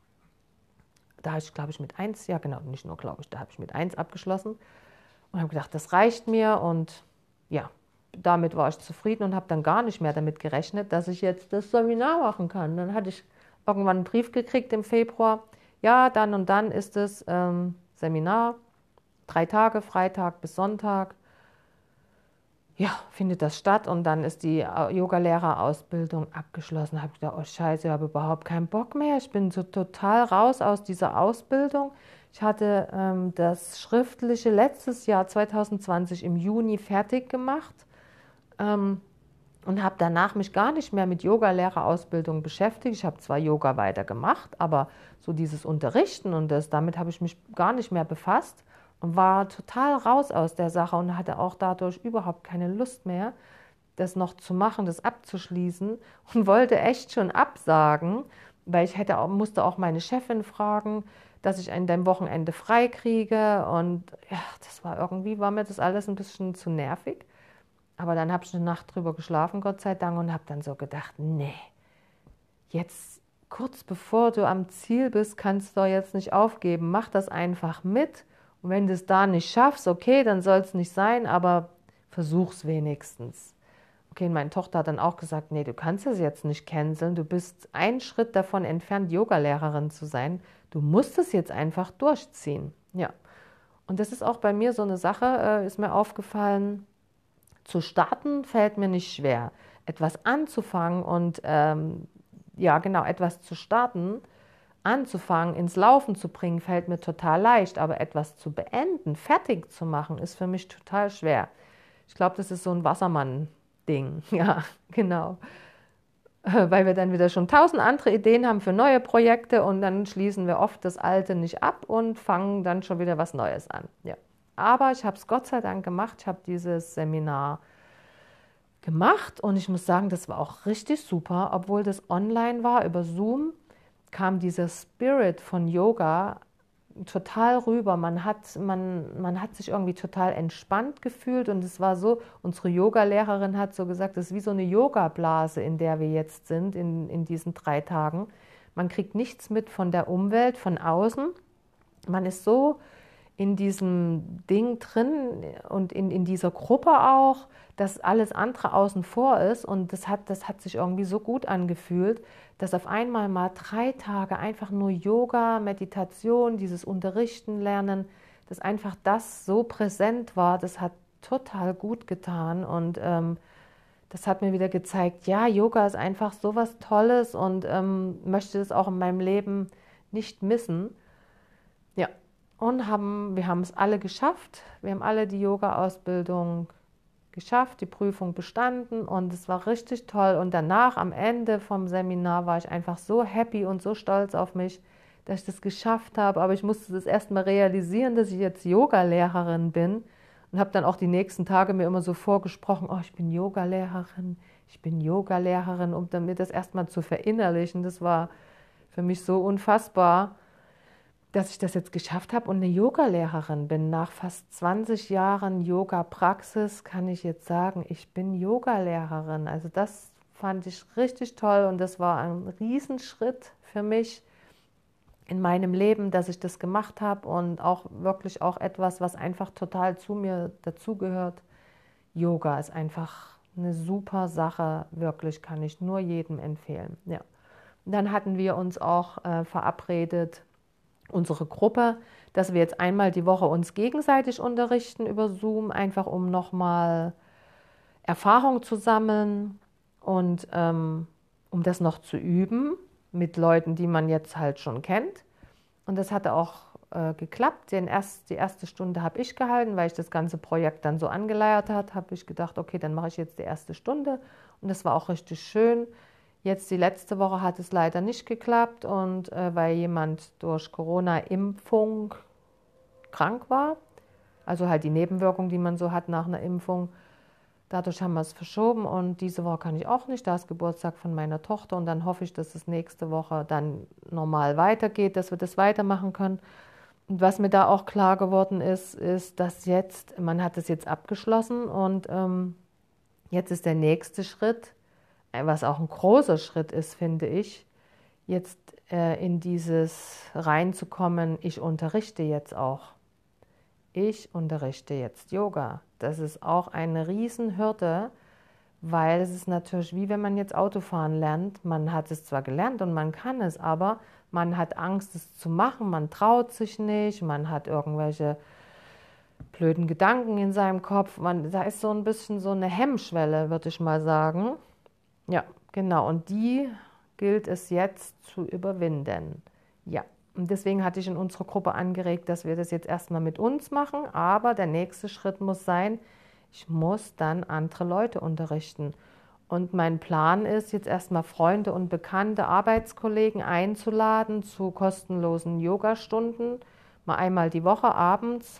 da habe ich, glaube ich, mit eins, ja genau, nicht nur glaube ich, da habe ich mit eins abgeschlossen und habe gedacht, das reicht mir und ja, damit war ich zufrieden und habe dann gar nicht mehr damit gerechnet, dass ich jetzt das Seminar machen kann. Dann hatte ich irgendwann einen Brief gekriegt im Februar, ja, dann und dann ist es ähm, Seminar, drei Tage, Freitag bis Sonntag, ja, findet das statt und dann ist die Yogalehrerausbildung abgeschlossen. Da habe ich gedacht, oh Scheiße, ich habe überhaupt keinen Bock mehr. Ich bin so total raus aus dieser Ausbildung. Ich hatte ähm, das Schriftliche letztes Jahr zwanzig zwanzig im Juni fertig gemacht ähm, und habe danach mich gar nicht mehr mit Yogalehrerausbildung beschäftigt. Ich habe zwar Yoga weiter gemacht, aber so dieses Unterrichten und das, damit habe ich mich gar nicht mehr befasst. Und war total raus aus der Sache und hatte auch dadurch überhaupt keine Lust mehr, das noch zu machen, das abzuschließen und wollte echt schon absagen, weil ich hätte auch, musste auch meine Chefin fragen, dass ich an dem Wochenende frei kriege und ja, das war irgendwie, war mir das alles ein bisschen zu nervig. Aber dann habe ich eine Nacht drüber geschlafen, Gott sei Dank, und habe dann so gedacht, nee, jetzt kurz bevor du am Ziel bist, kannst du doch jetzt nicht aufgeben, mach das einfach mit. Und wenn du es da nicht schaffst, okay, dann soll es nicht sein, aber versuch's wenigstens. Okay, und meine Tochter hat dann auch gesagt, nee, du kannst es jetzt nicht canceln, du bist einen Schritt davon entfernt, Yogalehrerin zu sein. Du musst es jetzt einfach durchziehen. Ja, und das ist auch bei mir so eine Sache, äh, ist mir aufgefallen, zu starten fällt mir nicht schwer. Etwas anzufangen und ähm, ja, genau, etwas zu starten, anzufangen, ins Laufen zu bringen, fällt mir total leicht, aber etwas zu beenden, fertig zu machen, ist für mich total schwer. Ich glaube, das ist so ein Wassermann-Ding, ja, genau. Weil wir dann wieder schon tausend andere Ideen haben für neue Projekte und dann schließen wir oft das Alte nicht ab und fangen dann schon wieder was Neues an. Ja. Aber ich habe es Gott sei Dank gemacht, ich habe dieses Seminar gemacht und ich muss sagen, das war auch richtig super, obwohl das online war über Zoom, kam dieser Spirit von Yoga total rüber. Man hat, man, man hat sich irgendwie total entspannt gefühlt und es war so, unsere Yoga-Lehrerin hat so gesagt, das ist wie so eine Yoga-Blase, in der wir jetzt sind, in, in diesen drei Tagen. Man kriegt nichts mit von der Umwelt, von außen. Man ist so in diesem Ding drin und in, in dieser Gruppe auch, dass alles andere außen vor ist und das hat, das hat sich irgendwie so gut angefühlt, dass auf einmal mal drei Tage einfach nur Yoga, Meditation, dieses Unterrichten lernen, dass einfach das so präsent war, das hat total gut getan und ähm, das hat mir wieder gezeigt, ja, Yoga ist einfach so was Tolles und ähm, möchte es auch in meinem Leben nicht missen. Und haben, wir haben es alle geschafft. Wir haben alle die Yoga-Ausbildung geschafft, die Prüfung bestanden und es war richtig toll. Und danach, am Ende vom Seminar, war ich einfach so happy und so stolz auf mich, dass ich das geschafft habe. Aber ich musste das erstmal realisieren, dass ich jetzt Yoga-Lehrerin bin und habe dann auch die nächsten Tage mir immer so vorgesprochen, oh, ich bin Yoga-Lehrerin, ich bin Yoga-Lehrerin, um dann mir das erstmal zu verinnerlichen. Das war für mich so unfassbar, dass ich das jetzt geschafft habe und eine Yoga-Lehrerin bin. Nach fast zwanzig Jahren Yoga-Praxis kann ich jetzt sagen, ich bin Yoga-Lehrerin. Also das fand ich richtig toll und das war ein Riesenschritt für mich in meinem Leben, dass ich das gemacht habe und auch wirklich auch etwas, was einfach total zu mir dazugehört. Yoga ist einfach eine super Sache, wirklich, kann ich nur jedem empfehlen. Ja. Und dann hatten wir uns auch äh, verabredet, unsere Gruppe, dass wir jetzt einmal die Woche uns gegenseitig unterrichten über Zoom, einfach um nochmal Erfahrung zu sammeln und ähm, um das noch zu üben mit Leuten, die man jetzt halt schon kennt. Und das hatte auch äh, geklappt. Den erst, die erste Stunde habe ich gehalten, weil ich das ganze Projekt dann so angeleiert hat, habe ich gedacht, okay, dann mache ich jetzt die erste Stunde. Und das war auch richtig schön. Jetzt die letzte Woche hat es leider nicht geklappt und äh, weil jemand durch Corona-Impfung krank war, also halt die Nebenwirkung, die man so hat nach einer Impfung, dadurch haben wir es verschoben und diese Woche kann ich auch nicht, da ist Geburtstag von meiner Tochter und dann hoffe ich, dass es nächste Woche dann normal weitergeht, dass wir das weitermachen können. Und was mir da auch klar geworden ist, ist, dass jetzt, man hat es jetzt abgeschlossen und ähm, jetzt ist der nächste Schritt, was auch ein großer Schritt ist, finde ich, jetzt äh, in dieses reinzukommen, ich unterrichte jetzt auch. Ich unterrichte jetzt Yoga. Das ist auch eine Riesenhürde, weil es ist natürlich wie wenn man jetzt Autofahren lernt. Man hat es zwar gelernt und man kann es, aber man hat Angst, es zu machen, man traut sich nicht, man hat irgendwelche blöden Gedanken in seinem Kopf. Man, da ist so ein bisschen so eine Hemmschwelle, würde ich mal sagen. Ja, genau. Und die gilt es jetzt zu überwinden. Ja, und deswegen hatte ich in unserer Gruppe angeregt, dass wir das jetzt erstmal mit uns machen. Aber der nächste Schritt muss sein, ich muss dann andere Leute unterrichten. Und mein Plan ist, jetzt erstmal Freunde und bekannte Arbeitskollegen einzuladen zu kostenlosen Yogastunden, mal einmal die Woche abends,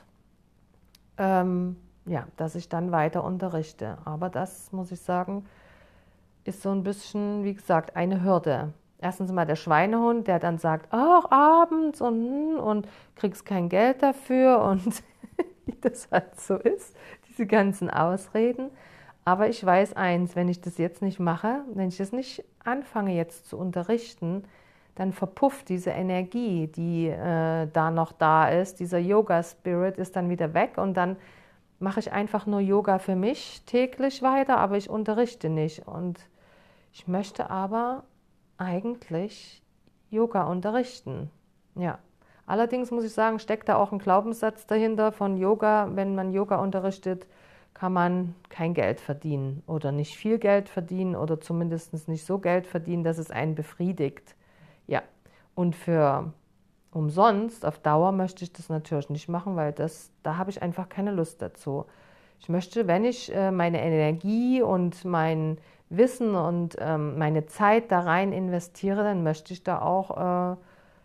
ähm, ja, dass ich dann weiter unterrichte. Aber das, muss ich sagen, ist so ein bisschen, wie gesagt, eine Hürde. Erstens mal der Schweinehund, der dann sagt, ach, abends und, und kriegst kein Geld dafür und wie das halt so ist, diese ganzen Ausreden. Aber ich weiß eins, wenn ich das jetzt nicht mache, wenn ich das nicht anfange jetzt zu unterrichten, dann verpufft diese Energie, die äh, da noch da ist, dieser Yoga-Spirit ist dann wieder weg und dann mache ich einfach nur Yoga für mich täglich weiter, aber ich unterrichte nicht. Und ich möchte aber eigentlich Yoga unterrichten. Ja. Allerdings muss ich sagen, steckt da auch ein Glaubenssatz dahinter von Yoga. Wenn man Yoga unterrichtet, kann man kein Geld verdienen oder nicht viel Geld verdienen oder zumindest nicht so Geld verdienen, dass es einen befriedigt. Ja. Und für umsonst auf Dauer möchte ich das natürlich nicht machen, weil das, da habe ich einfach keine Lust dazu. Ich möchte, wenn ich äh, meine Energie und mein Wissen und ähm, meine Zeit da rein investiere, dann möchte ich da auch, äh,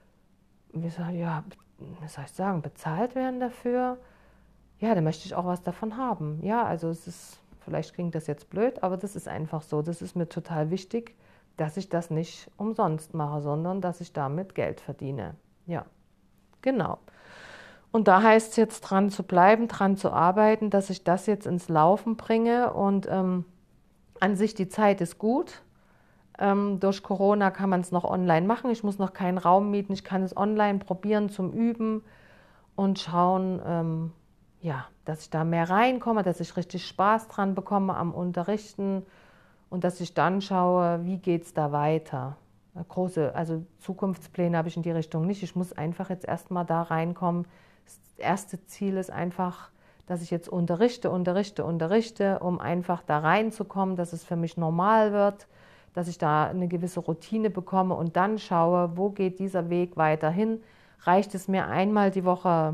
wie soll, ja, wie soll ich sagen, bezahlt werden dafür. Ja, dann möchte ich auch was davon haben. Ja, also es ist, vielleicht klingt das jetzt blöd, aber das ist einfach so. Das ist mir total wichtig, dass ich das nicht umsonst mache, sondern dass ich damit Geld verdiene. Ja, genau. Und da heißt es jetzt dran zu bleiben, dran zu arbeiten, dass ich das jetzt ins Laufen bringe. Und ähm, an sich die Zeit ist gut. Ähm, durch Corona kann man es noch online machen. Ich muss noch keinen Raum mieten. Ich kann es online probieren zum Üben und schauen, ähm, ja, dass ich da mehr reinkomme, dass ich richtig Spaß dran bekomme am Unterrichten und dass ich dann schaue, wie geht es da weiter. Große, also Zukunftspläne habe ich in die Richtung nicht. Ich muss einfach jetzt erstmal da reinkommen. Das erste Ziel ist einfach, dass ich jetzt unterrichte, unterrichte, unterrichte, um einfach da reinzukommen, dass es für mich normal wird, dass ich da eine gewisse Routine bekomme und dann schaue, wo geht dieser Weg weiterhin. Reicht es mir einmal die Woche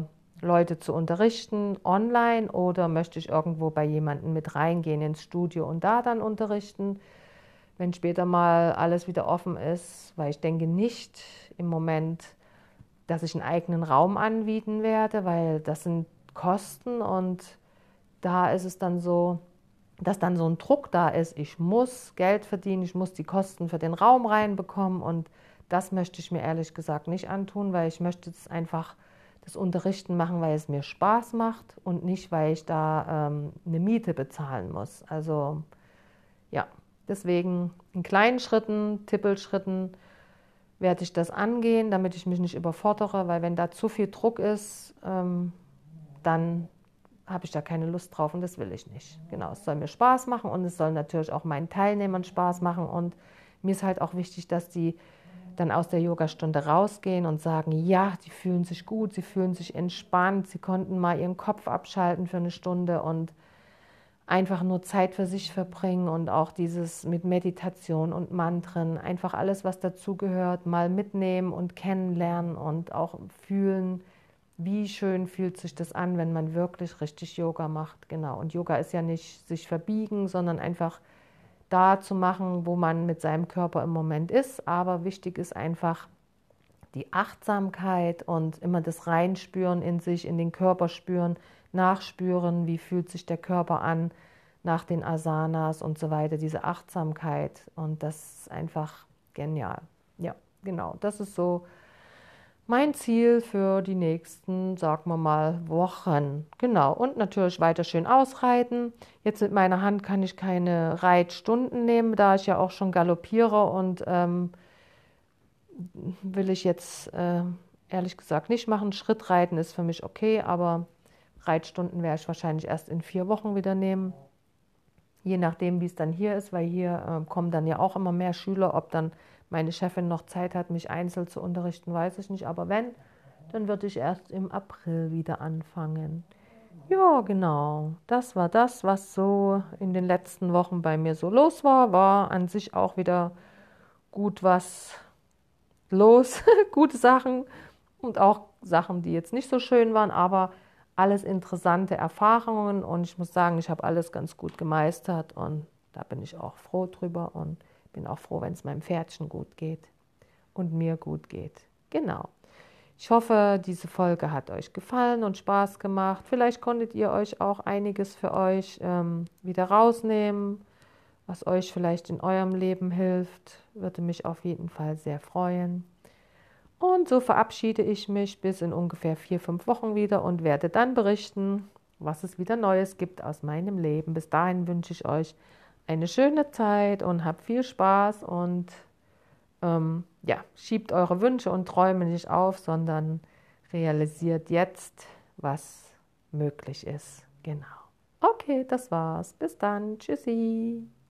Leute zu unterrichten online oder möchte ich irgendwo bei jemandem mit reingehen ins Studio und da dann unterrichten, wenn später mal alles wieder offen ist, weil ich denke nicht im Moment, dass ich einen eigenen Raum anbieten werde, weil das sind Kosten und da ist es dann so, dass dann so ein Druck da ist, ich muss Geld verdienen, ich muss die Kosten für den Raum reinbekommen und das möchte ich mir ehrlich gesagt nicht antun, weil ich möchte es einfach das Unterrichten machen, weil es mir Spaß macht und nicht, weil ich da ähm, eine Miete bezahlen muss. Also ja, deswegen in kleinen Schritten, Tippelschritten werde ich das angehen, damit ich mich nicht überfordere, weil wenn da zu viel Druck ist, ähm, dann habe ich da keine Lust drauf und das will ich nicht. Genau, es soll mir Spaß machen und es soll natürlich auch meinen Teilnehmern Spaß machen und mir ist halt auch wichtig, dass die dann aus der Yogastunde rausgehen und sagen, ja, die fühlen sich gut, sie fühlen sich entspannt, sie konnten mal ihren Kopf abschalten für eine Stunde und einfach nur Zeit für sich verbringen und auch dieses mit Meditation und Mantren, einfach alles, was dazugehört, mal mitnehmen und kennenlernen und auch fühlen, wie schön fühlt sich das an, wenn man wirklich richtig Yoga macht. Genau. Und Yoga ist ja nicht sich verbiegen, sondern einfach da zu machen, wo man mit seinem Körper im Moment ist. Aber wichtig ist einfach die Achtsamkeit und immer das Reinspüren in sich, in den Körper spüren, nachspüren, wie fühlt sich der Körper an nach den Asanas und so weiter, diese Achtsamkeit. Und das ist einfach genial. Ja, genau. Das ist so mein Ziel für die nächsten, sagen wir mal, Wochen. Genau. Und natürlich weiter schön ausreiten. Jetzt mit meiner Hand kann ich keine Reitstunden nehmen, da ich ja auch schon galoppiere und ähm, will ich jetzt äh, ehrlich gesagt nicht machen. Schrittreiten ist für mich okay, aber Reitstunden werde ich wahrscheinlich erst in vier Wochen wieder nehmen. Je nachdem, wie es dann hier ist, weil hier äh, kommen dann ja auch immer mehr Schüler. Ob dann meine Chefin noch Zeit hat, mich einzeln zu unterrichten, weiß ich nicht. Aber wenn, dann würde ich erst im April wieder anfangen. Ja, genau. Das war das, was so in den letzten Wochen bei mir so los war. War an sich auch wieder gut was los, gute Sachen und auch Sachen, die jetzt nicht so schön waren, aber alles interessante Erfahrungen und ich muss sagen, ich habe alles ganz gut gemeistert und da bin ich auch froh drüber und bin auch froh, wenn es meinem Pferdchen gut geht und mir gut geht. Genau. Ich hoffe, diese Folge hat euch gefallen und Spaß gemacht. Vielleicht konntet ihr euch auch einiges für euch ähm, wieder rausnehmen, was euch vielleicht in eurem Leben hilft. Würde mich auf jeden Fall sehr freuen. Und so verabschiede ich mich bis in ungefähr vier, fünf Wochen wieder und werde dann berichten, was es wieder Neues gibt aus meinem Leben. Bis dahin wünsche ich euch eine schöne Zeit und habt viel Spaß und ähm, ja, schiebt eure Wünsche und Träume nicht auf, sondern realisiert jetzt, was möglich ist. Genau. Okay, das war's. Bis dann. Tschüssi.